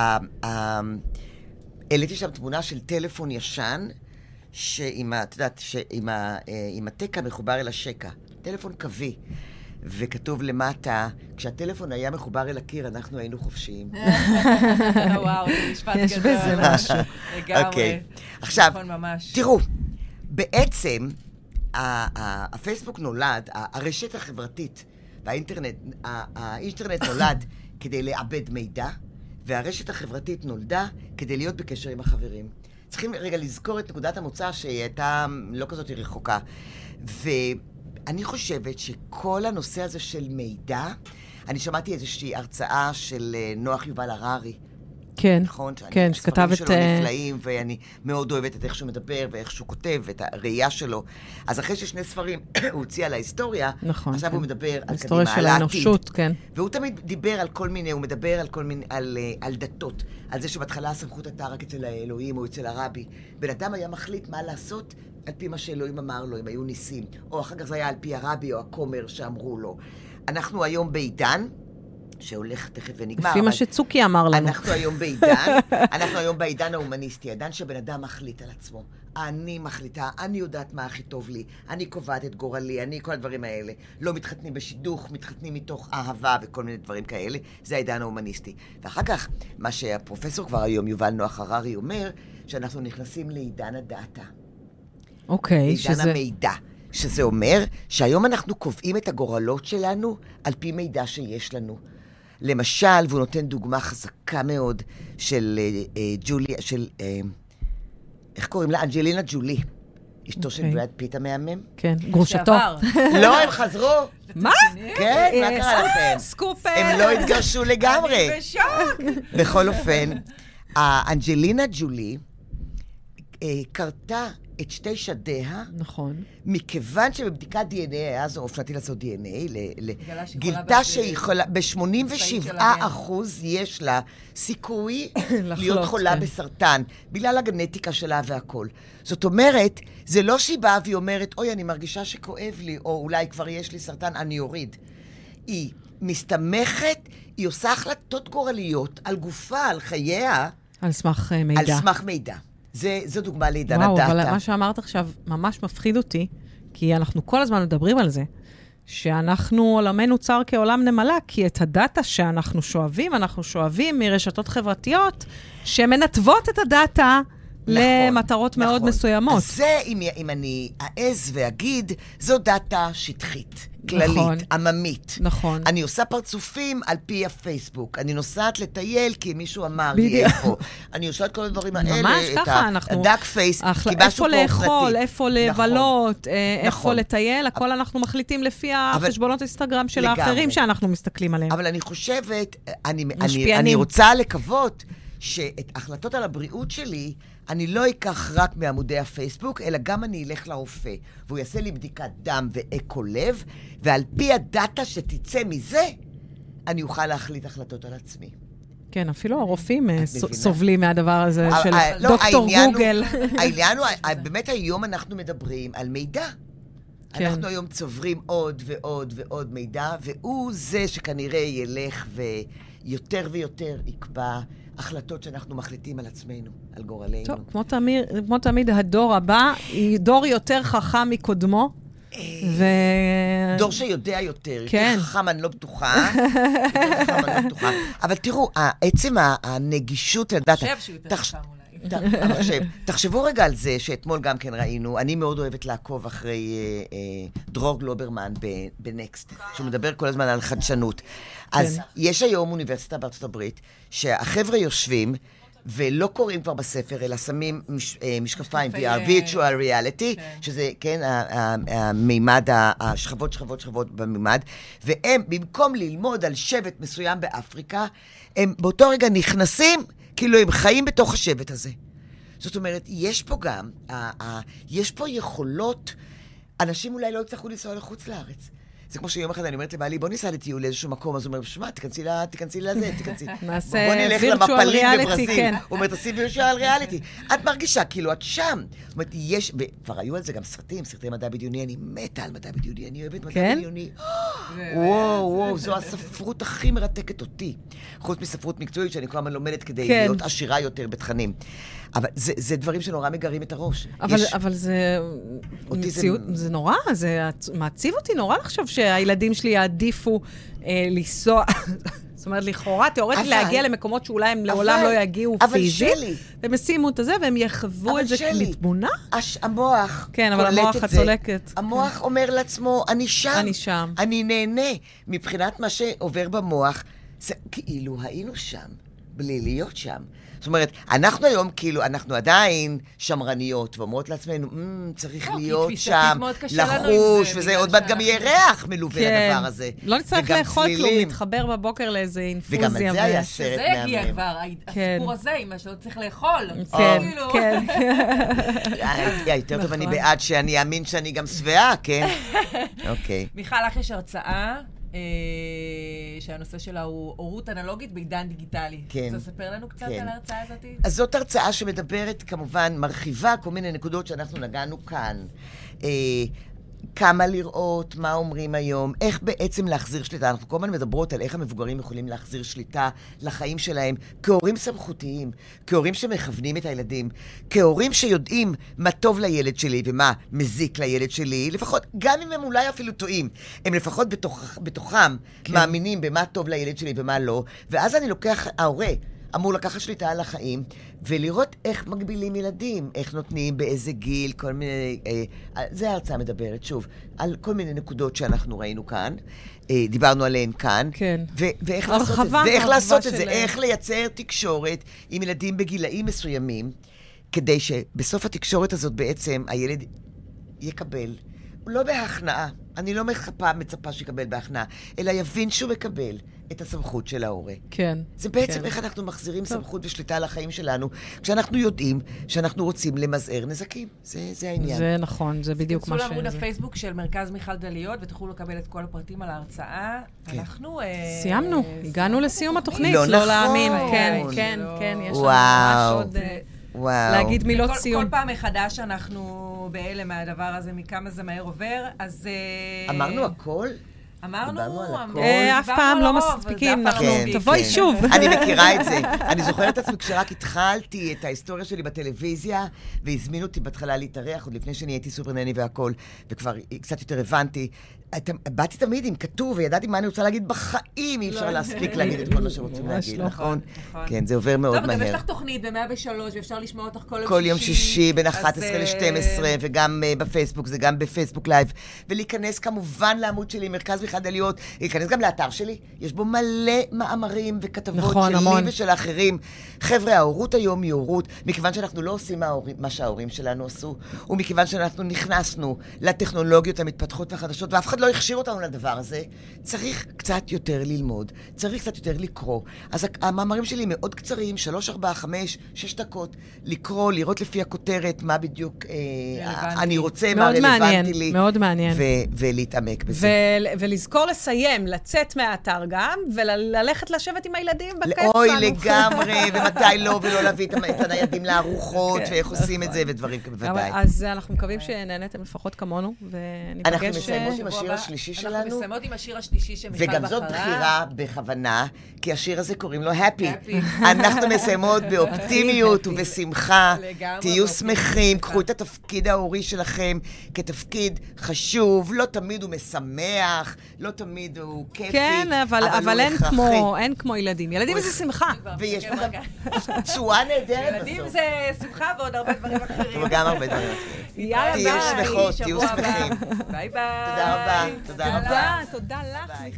העליתי שם תמונה של טלפון ישן, את יודעת, עם התקע מחובר אל השקע. טלפון קווי. וכתוב למטה, כשהטלפון היה מחובר אל הקיר, אנחנו היינו חופשיים. וואו, זה משפט גדול. יש בזה משהו. לגמרי. עכשיו, תראו, בעצם, הפייסבוק נולד, הרשת החברתית והאינטרנט נולד כדי לעבד מידע, והרשת החברתית נולדה כדי להיות בקשר עם החברים. צריכים רגע לזכור את נקודת המוצא שהיא הייתה לא כזאת רחוקה. אני חושבת שכל הנושא הזה של מידע, אני שמעתי איזושהי הרצאה של נוח יובל הררי. כן, נכון? כן, שכתב את... הספרים שלו נפלאים, ואני מאוד אוהבת את איך שהוא מדבר, ואיך שהוא כותב, ואת הראייה שלו. אז אחרי ששני ספרים הוא הוציא על ההיסטוריה, נכון, עכשיו כן. הוא מדבר על קדימה, היסטוריה של האנושות, כן. והוא תמיד דיבר על כל מיני, הוא מדבר על כל מיני, על דתות. על זה שבהתחלה הסמכות הייתה רק אצל האלוהים או אצל הרבי. בן אדם היה מחליט מה לעשות על פי מה שאלוהים אמר לו, אם היו ניסים. או אחר כך זה היה על פי הרבי או הכומר שאמרו לו. אנחנו היום בעידן, שהולך תכף ונגמר. לפי מה שצוקי אמר לנו. אנחנו היום בעידן ההומניסטי, העידן שבן אדם מחליט על עצמו. אני מחליטה, אני יודעת מה הכי טוב לי, אני קובעת את גורלי, אני כל הדברים האלה. לא מתחתנים בשידוך, מתחתנים מתוך אהבה וכל מיני דברים כאלה. זה העידן ההומניסטי. ואחר כך, מה שהפרופסור כבר היום, יובל נוח הררי, אומר, שאנחנו נכנסים לעידן הדאטה. אוקיי, לעידן המידע. שזה אומר שהיום אנחנו קובעים את הגורלות שלנו על פי מידע שיש לנו. למשל, והוא נותן דוגמה חזקה מאוד של ג'וליה, של, איך קוראים לה? אנג'לינה ג'ולי. אשתו של ברד פיט המהמם. כן, גרושתו. לא, הם חזרו. מה? כן, מה קרה לכם? סקופ. הם לא התגרשו לגמרי. אני בשוק. בכל אופן, אנג'לינה ג'ולי קרתה את שתי שדיה, נכון. מכיוון שבבדיקת DNA, היה זו אופנתי לעשות DNA, גילתה שהיא חולה, ב-87% יש לה סיכוי להיות חולה בסרטן, בגלל הגנטיקה שלה והכל. זאת אומרת, זה לא שהיא באה והיא אומרת, אוי, אני מרגישה שכואב לי, או אולי כבר יש לי סרטן, אני אוריד. היא מסתמכת, היא עושה החלטות גורליות על גופה, על חייה. על סמך מידע. על סמך מידע. זו דוגמה לעידן הדאטה. וואו, אבל מה שאמרת עכשיו ממש מפחיד אותי, כי אנחנו כל הזמן מדברים על זה, שאנחנו עולמנו צר כעולם נמלה, כי את הדאטה שאנחנו שואבים מרשתות חברתיות, שמנתבות את הדאטה למטרות מאוד מסוימות. אז זה, אם אני אעז ואגיד, זו דאטה שטחית. כללית, עממית. נכון. אני עושה פרצופים על פי הפייסבוק. אני נוסעת לטייל כי מישהו אמר לי איפה. אני עושה את כל הדברים האלה. ממש ככה, אנחנו... הדאק פייס, כי משהו איפה לאכול, איפה לבלות, איפה לטייל, הכל אנחנו מחליטים לפי החשבונות אינסטגרם של האחרים שאנחנו מסתכלים עליהם. אבל אני חושבת, אני רוצה לקוות שאת ההחלטות על הבריאות שלי, אני לא אקח רק מעמודי הפייסבוק, אלא גם אני אלך לרופא, והוא יעשה לי בדיקת דם ואקו לב, ועל פי הדאטה שתצא מזה, אני אוכל להחליט החלטות על עצמי. כן, אפילו הרופאים סובלים מהדבר הזה של דוקטור גוגל. העניין הוא, באמת היום אנחנו מדברים על מידע. אנחנו היום צוברים עוד ועוד ועוד מידע, והוא זה שכנראה ילך ויותר ויותר יקבע החלטות שאנחנו מחליטים על עצמנו, על גורלנו. טוב, כמו תמיד, הדור הבא, דור יותר חכם מקודמו. דור שיודע יותר, יותר חכם אני לא בטוחה, אבל תראו, עצם הנגישות, אני חושב שהוא יותר חכם אולי. תחשבו רגע על זה שאתמול גם כן ראינו, אני מאוד אוהבת לעקוב אחרי דרור גלוברמן בנקסט, שהוא מדבר כל הזמן על חדשנות. אז יש היום אוניברסיטה בארצות הברית, שהחבר'ה יושבים, ולא קוראים כבר בספר, אלא שמים משקפיים, virtual reality, שזה, כן, המימד, שכבות במימד, והם, במקום ללמוד על שבט מסוים באפריקה, הם באותו רגע נכנסים, כאילו הם חיים בתוך השבט הזה. זאת אומרת, יש פה גם, יש פה יכולות, אנשים אולי לא יצטרכו לנסוע לחוץ לארץ. זה כמו שיום אחד אני אומרת לבעלי, בוא ניסע לטיול לאיזשהו מקום, אז הוא אומר, שמע, תיכנסי לזה, נעשה בוא נלך virtual למפלים reality, בברזיל. כן. הוא אומר, תעשי virtual reality. את מרגישה, כאילו, את שם. זאת אומרת, כבר היו על זה גם סרטי מדע בדיוני, אני מתה על מדע בדיוני, אני אוהבת מדע בדיוני. וואו, זו הספרות הכי מרתקת אותי. חוץ מספרות מקצועית, שאני כל הזמן לומדת כדי להיות עשירה יותר בתכנים. אבל זה דברים שנורא מגרים את הראש. אבל זה נורא, זה מעציב אותי נורא לחשוב שהילדים שלי יעדיפו לנסוע, זאת אומרת, לכאורה, תיאורטית להגיע למקומות שאולי הם לעולם לא יגיעו פיזית, והם ישימו את זה, והם יחוו את זה לתמונה. המוח, כן, אבל המוח הצולקת. המוח אומר לעצמו, אני שם, אני נהנה. מבחינת מה שעובר במוח, זה כאילו היינו שם, בלי להיות שם. זאת אומרת, אנחנו היום כאילו, אנחנו עדיין שמרניות, ואומרות לעצמנו, צריך להיות שם, לחוש, וזה עוד מעט גם יהיה ריח מלווה לדבר הזה. לא נצטרך לאכול כלום, להתחבר בבוקר לאיזה אינפוזיה. וגם את זה היה סרט מהמם. שזה יגיע כבר, הסיפור הזה, עם מה שלא צריך לאכול. כן. יותר טוב, אני בעד שאני אאמין שאני גם שבעה, כן? אוקיי. מיכל, לך יש הרצאה. שהנושא שלה הוא הורות אנלוגית בעידן דיגיטלי. כן. רוצה לספר לנו קצת על ההרצאה הזאת? אז זאת הרצאה שמדברת, כמובן, מרחיבה כל מיני נקודות שאנחנו נגענו כאן. כמה לראות, מה אומרים היום, איך בעצם להחזיר שליטה. אנחנו כל הזמן מדברות על איך המבוגרים יכולים להחזיר שליטה לחיים שלהם, כהורים סמכותיים, כהורים שמכוונים את הילדים, כהורים שיודעים מה טוב לילד שלי ומה מזיק לילד שלי, לפחות, גם אם הם אולי אפילו טועים, הם לפחות בתוכם מאמינים במה טוב לילד שלי ומה לא, ואז אני לוקח, ההורה אמור לקחת שליטה על החיים, ולראות איך מגבילים ילדים, איך נותנים, באיזה גיל, כל מיני... זה ההרצאה מדברת, שוב, על כל מיני נקודות שאנחנו ראינו כאן, דיברנו עליהן כאן, כן. ואיך לעשות את זה, ואיך לעשות את זה, איך לייצר תקשורת עם ילדים בגילאים מסוימים, כדי שבסוף התקשורת הזאת בעצם הילד יקבל, לא בהכנעה, אני לא מצפה שיקבל בהכנעה, אלא יבין שהוא מקבל את הסמכות של ההורה. כן. זה בעצם איך אנחנו מחזירים סמכות ושליטה על החיים שלנו, כשאנחנו יודעים שאנחנו רוצים למזער נזקים. זה העניין. זה נכון, זה בדיוק מה ש... תכנסו לעמוד הפייסבוק של מרכז מיכל דליות, ותוכלו לקבל את כל הפרטים על ההרצאה. אנחנו... סיימנו, הגענו לסיום התוכנית. לא להאמין. כן, יש לנו ממש עוד... להגיד מילות סיום. כל פעם מחדש אנחנו בהלם מהדבר הזה, מכמה זה מהר עובר, אז... אמרנו הכל? אמרנו, אף פעם לא מספיקים, תבואי שוב. אני מכירה את זה. אני זוכרת את עצמי כשרק התחלתי את ההיסטוריה שלי בטלוויזיה, והזמינו אותי בהתחלה להתארח, עוד לפני שאני הייתי סופרנני והכל, וכבר קצת יותר הבנתי. באתי תמיד עם כתוב, וידעתי מה אני רוצה להגיד בחיים, אי אפשר להספיק להגיד את כל מה שרוצים להגיד, נכון? כן, זה עובר מאוד מהר. טוב, גם יש לך תוכנית ב-103, ואפשר לשמוע אותך כל יום שישי, בין 11 ל-12, וגם בפייסבוק, זה גם בפייסבוק לייב, ולהיכנס כמובן לעמוד שלי, מרכז מיכל דליות, להיכנס גם לאתר שלי, יש בו מלא מאמרים וכתבות שלי ושל האחרים. חבר'ה, ההורות היום היא הורות, מכיוון שאנחנו לא עושים מה שההורים שלנו עשו, ומכיוון שאנחנו נכנסנו לטכנולוגיות המתפתחות והחדשות, ואף אחד לא הכשיר אותנו לדבר הזה. צריך קצת יותר ללמוד, צריך קצת יותר לקרוא. אז המאמרים שלי מאוד קצרים, 3, 4, 5, 6 דקות, לקרוא, לראות לפי הכותרת מה בדיוק אני רוצה, מה רלוונטי לי. מאוד מעניין. ולהתעמק בזה. ולזכור לסיים, לצאת מהאתר גם, וללכת לשבת עם הילדים בכיף. אוי, לגמרי, ומתי לא, ולא להביא את הניידים לארוחות, ואיך עושים את זה, ודברים בוודאי. אז אנחנו מקווים שנהנתם לפחות כמונו, וניפגש... אנחנו מסיימות עם השיר השלישי שלנו. אנחנו מסיימות עם השיר השלישי שמיכל בחרה. וגם זאת בחירה בכוונה, כי השיר הזה קוראים לו Happy. אנחנו מסיימות באופטימיות ובשמחה. תהיו שמחים, קחו את התפקיד ההורי שלכם כתפקיד חשוב, לא תמיד הוא משמח, לא תמיד הוא כיפי, כן, אבל אין כמו ילדים. ילדים זה שמחה. ויש פה גם תשואה נהדרת בסוף. ילדים זה שמחה ועוד הרבה דברים אחרים. וגם הרבה דברים אחרים. יאללה, תהיו שמחות, תהיו שמחים. ביי ביי. תודה רבה. תודה לך.